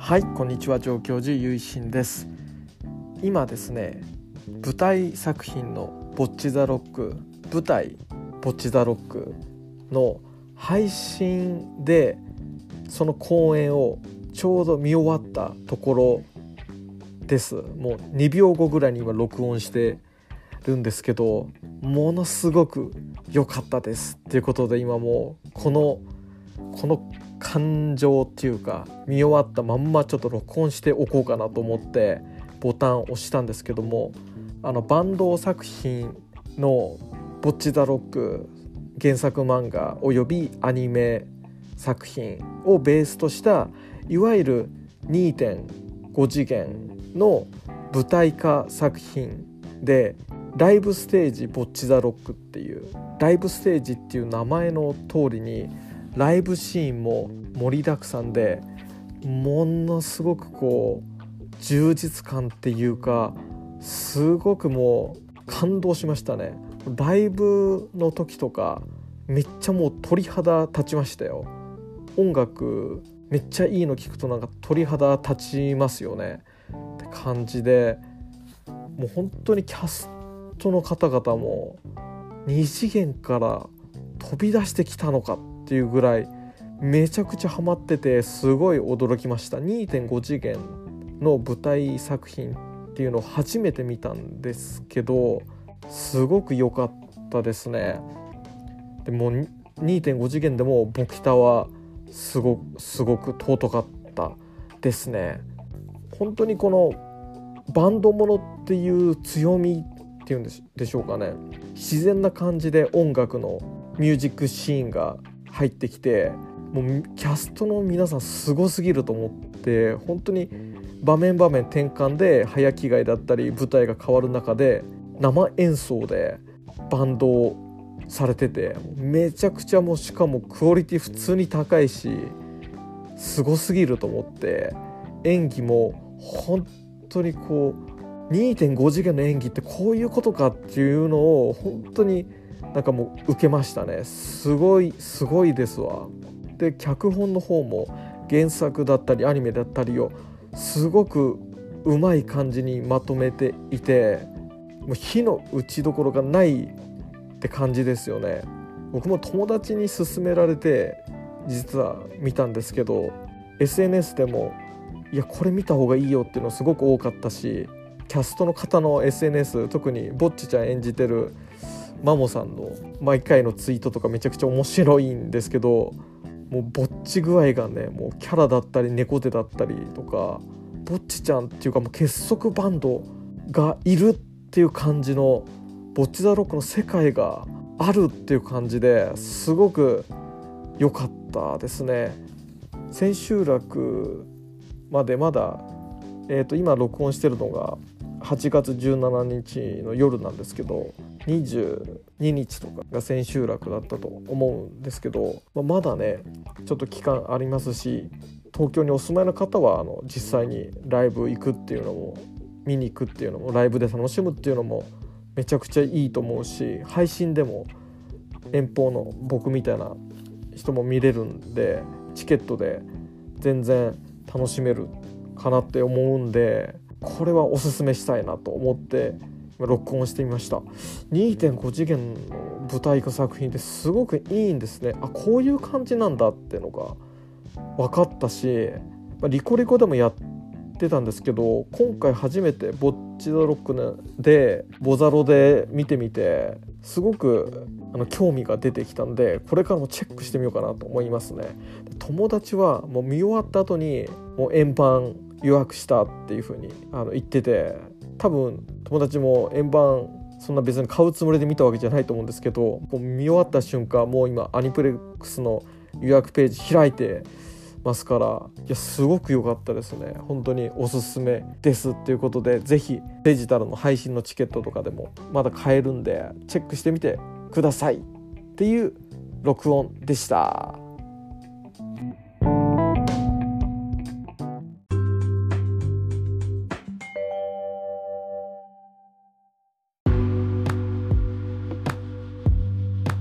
はい、こんにちは。上京寺ゆいしんです。今ですね、舞台作品のボッチザロック、舞台ボッチザロックの配信でその公演をちょうど見終わったところです。もう2秒後ぐらいに今録音してるんですけど、ものすごく良かったですっていうことで、今もうこの感情っていうか見終わったまんまちょっと録音しておこうかなと思ってボタンを押したんですけども、バンド作品のボッチザロック原作漫画およびアニメ作品をベースとしたいわゆる 2.5 次元の舞台化作品で、ライブステージボッチザロックっていうライブステージっていう名前の通りにライブシーンも盛りだくさんで、ものすごく充実感っていうか、すごくもう感動しましたね。ライブの時とかめっちゃもう鳥肌立ちましたよ。音楽めっちゃいいの聞くとなんか鳥肌立ちますよねって感じで、もう本当にキャストの方々も2次元から飛び出してきたのかっていうぐらいめちゃくちゃハマってて、すごい驚きました。 2.5 次元の舞台作品っていうのを初めて見たんですけど、すごく良かったですね。でも 2.5 次元でもボキタはすごく尊かったですね。本当にこのバンドものっていう強みっていうんでしょうかね、自然な感じで音楽のミュージックシーンが入ってきて、もうキャストの皆さんすごすぎると思って、本当に場面転換で早着替えだったり舞台が変わる中で生演奏でバンドをされてて、めちゃくちゃもうしかもクオリティ普通に高いしすごすぎると思って、演技も本当に2.5 次元の演技ってこういうことかっていうのを本当になんかもう受けましたね。すごいですわ。で脚本の方も原作だったりアニメだったりをすごくうまい感じにまとめていて、もう火の打ちどころがないって感じですよね。僕も友達に勧められて実は見たんですけど、 SNS でもいやこれ見た方がいいよっていうのすごく多かったし、キャストの方の SNS、 特にぼっちちゃん演じてるマモさんの毎回のツイートとかめちゃくちゃ面白いんですけど、もうぼっち具合がね、もうキャラだったり猫背だったりとか、ぼっちちゃんっていうかもう結束バンドがいるっていう感じのボッチザロックの世界があるっていう感じですごく良かったですね。千秋楽までまだ、今録音してるのが8月17日の夜なんですけど、22日とかが千秋楽だったと思うんですけど、まだねちょっと期間ありますし、東京にお住まいの方は実際にライブ行くっていうのも見に行くっていうのもライブで楽しむっていうのもめちゃくちゃいいと思うし、配信でも遠方の僕みたいな人も見れるんで、チケットで全然楽しめるかなって思うんで、これはおすすめしたいなと思って録音してみました。 2.5 次元の舞台化作品ってすごくいいんですね。こういう感じなんだってのが分かったし、リコリコでもやってたんですけど、今回初めてボッチザロックでボザロで見てみて、すごく興味が出てきたんで、これからもチェックしてみようかなと思いますね。友達はもう見終わった後にもう円盤予約したっていう風に言ってて、多分友達も円盤そんな別に買うつもりで見たわけじゃないと思うんですけど、もう見終わった瞬間もう今アニプレックスの予約ページ開いてますから、いやすごく良かったですね。本当におすすめですっていうことで、ぜひデジタルの配信のチケットとかでもまだ買えるんでチェックしてみてくださいっていう録音でした。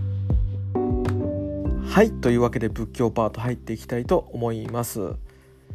はい、というわけで仏教パート入っていきたいと思います。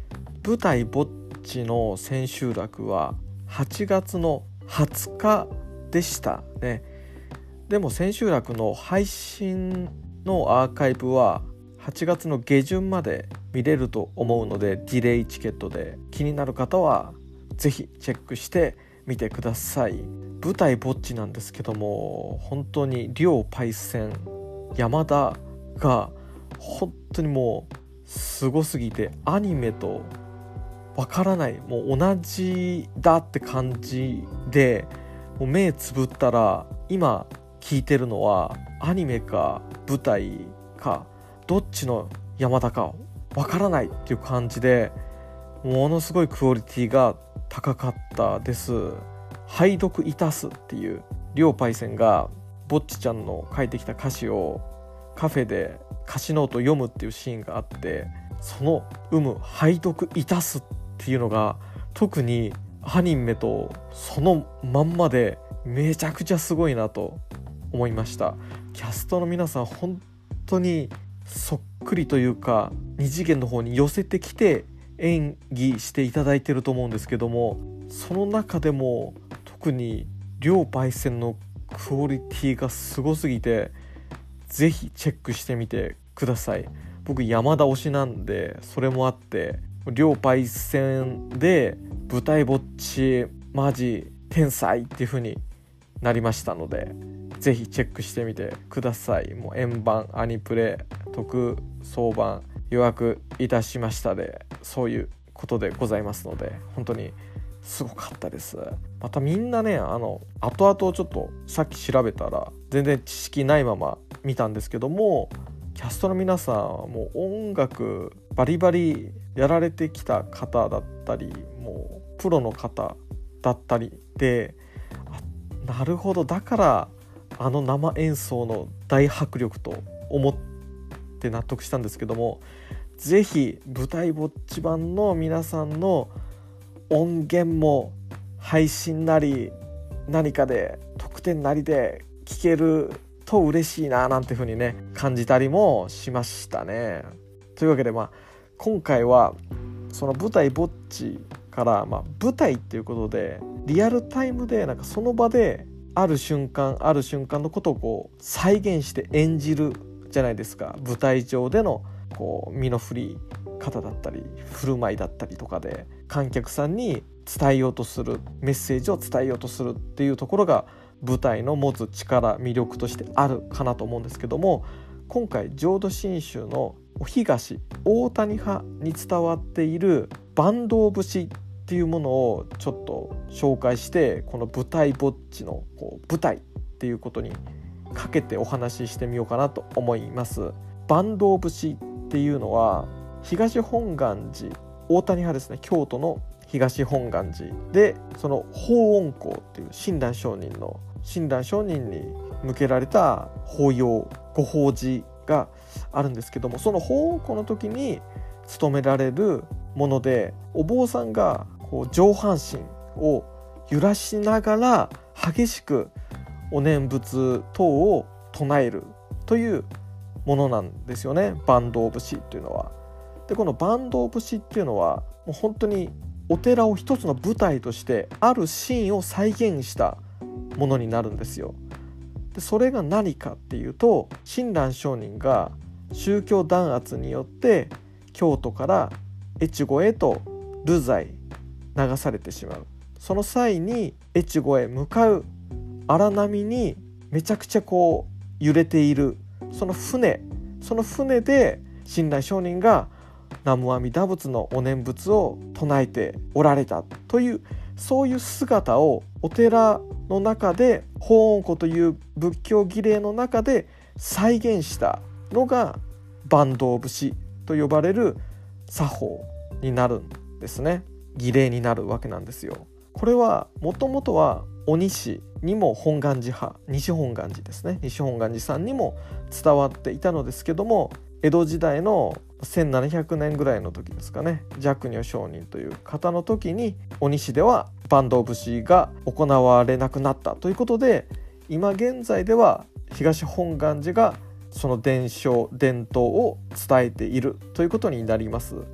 舞台ぼっちの千秋楽は8月の20日でしたね。でも千秋楽の配信のアーカイブは8月の下旬まで見れると思うので、ディレイチケットで気になる方はぜひチェックしてみてください。舞台ぼっちなんですけども、本当に両パイセン山田が本当にもうすごすぎて、アニメとわからない、もう同じだって感じで、もう目つぶったら今聞いてるのはアニメか舞台かどっちの山田かわからないっていう感じで、ものすごいクオリティが高かったです。拝読いたすっていう両パイセンがぼっちちゃんの書いてきた歌詞をカフェで歌詞ノート読むっていうシーンがあって、その拝読いたすっていうのが特にアニメとそのまんまでめちゃくちゃすごいなと思いました。キャストの皆さん本当にそっくりというか二次元の方に寄せてきて演技していただいてると思うんですけども、その中でも特に両パイセンのクオリティがすごすぎて、ぜひチェックしてみてください。僕山田推しなんで、それもあって両パイセンで舞台ぼっちマジ天才っていう風になりましたので、ぜひチェックしてみてください。もう円盤アニプレ特装版予約いたしましたで、そういうことでございますので、本当にすごかったです。またみんなね、後々ちょっとさっき調べたら全然知識ないまま見たんですけども、キャストの皆さんもう音楽バリバリやられてきた方だったり、もうプロの方だったりで、なるほど、だから生演奏の大迫力と思って納得したんですけども、ぜひ舞台ぼっち版の皆さんの音源も配信なり何かで特典なりで聴けると嬉しいななんて風にね感じたりもしましたね。というわけで今回はその舞台ぼっちから舞台っていうことでリアルタイムでなんかその場である瞬間のことをこう再現して演じるじゃないですか。舞台上でのこう身の振り方だったり振る舞いだったりとかで観客さんに伝えようとするメッセージを伝えようとするっていうところが舞台の持つ力魅力としてあるかなと思うんですけども、今回浄土真宗のお東大谷派に伝わっている坂東節っていうものをちょっと紹介して、この舞台ぼっちのこう舞台っていうことにかけてお話ししてみようかなと思います。坂東節っていうのは東本願寺大谷派ですね、京都の東本願寺で、その法恩講っていう親鸞上人に向けられた法要ご法事があるんですけども、その法恩講の時に務められるもので、お坊さんがこう上半身を揺らしながら激しくお念仏等を唱えるというものなんですよね、坂東節っていうのは。でこの坂東節っていうのはもう本当にお寺を一つの舞台としてあるシーンを再現したものになるんですよ。でそれが何かっていうと、親鸞上人が宗教弾圧によって京都から越後へと流罪流されてしまう。その際に越後へ向かう荒波にめちゃくちゃこう揺れているその船で親鸞上人が南無阿弥陀仏のお念仏を唱えておられたという、そういう姿をお寺の中で法恩講という仏教儀礼の中で再現したのが坂東節と呼ばれる作法になるんですね。儀礼になるわけなんですよ。これはもともとはお西にも本願寺派、西本願寺ですね、西本願寺さんにも伝わっていたのですけども、江戸時代の1700年ぐらいの時ですかね、寂如上人という方の時にお西では坂東節が行われなくなったということで、今現在では東本願寺がその伝統を伝えているということになります。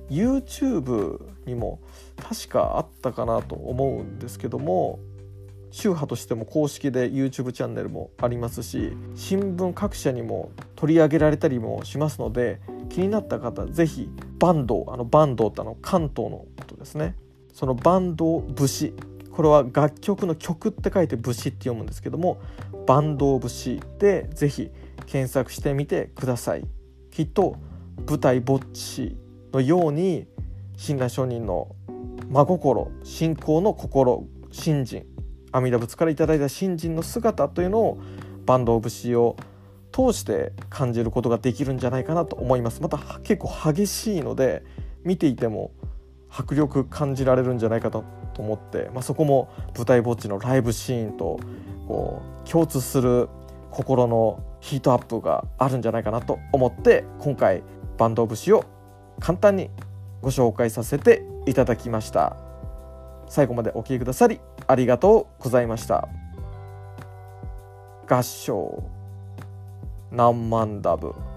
YouTube にも確かあったかなと思うんですけども、宗派としても公式で YouTube チャンネルもありますし、新聞各社にも取り上げられたりもしますので、気になった方ぜひ坂東、坂東って関東のことですね。その坂東節、これは楽曲の曲って書いて節って読むんですけども、坂東節でぜひ検索してみてください。きっと舞台ぼっちのように親鸞上人の真心、信仰の心、信心、阿弥陀仏からいただいた信心の姿というのを坂東節を通して感じることができるんじゃないかなと思います。また結構激しいので、見ていても迫力感じられるんじゃないかと思って、そこも舞台ぼっちのライブシーンと共通する心のヒートアップがあるんじゃないかなと思って、今回坂東節を簡単にご紹介させていただきました。最後までお聴きくださりありがとうございました。合唱何万ダブ。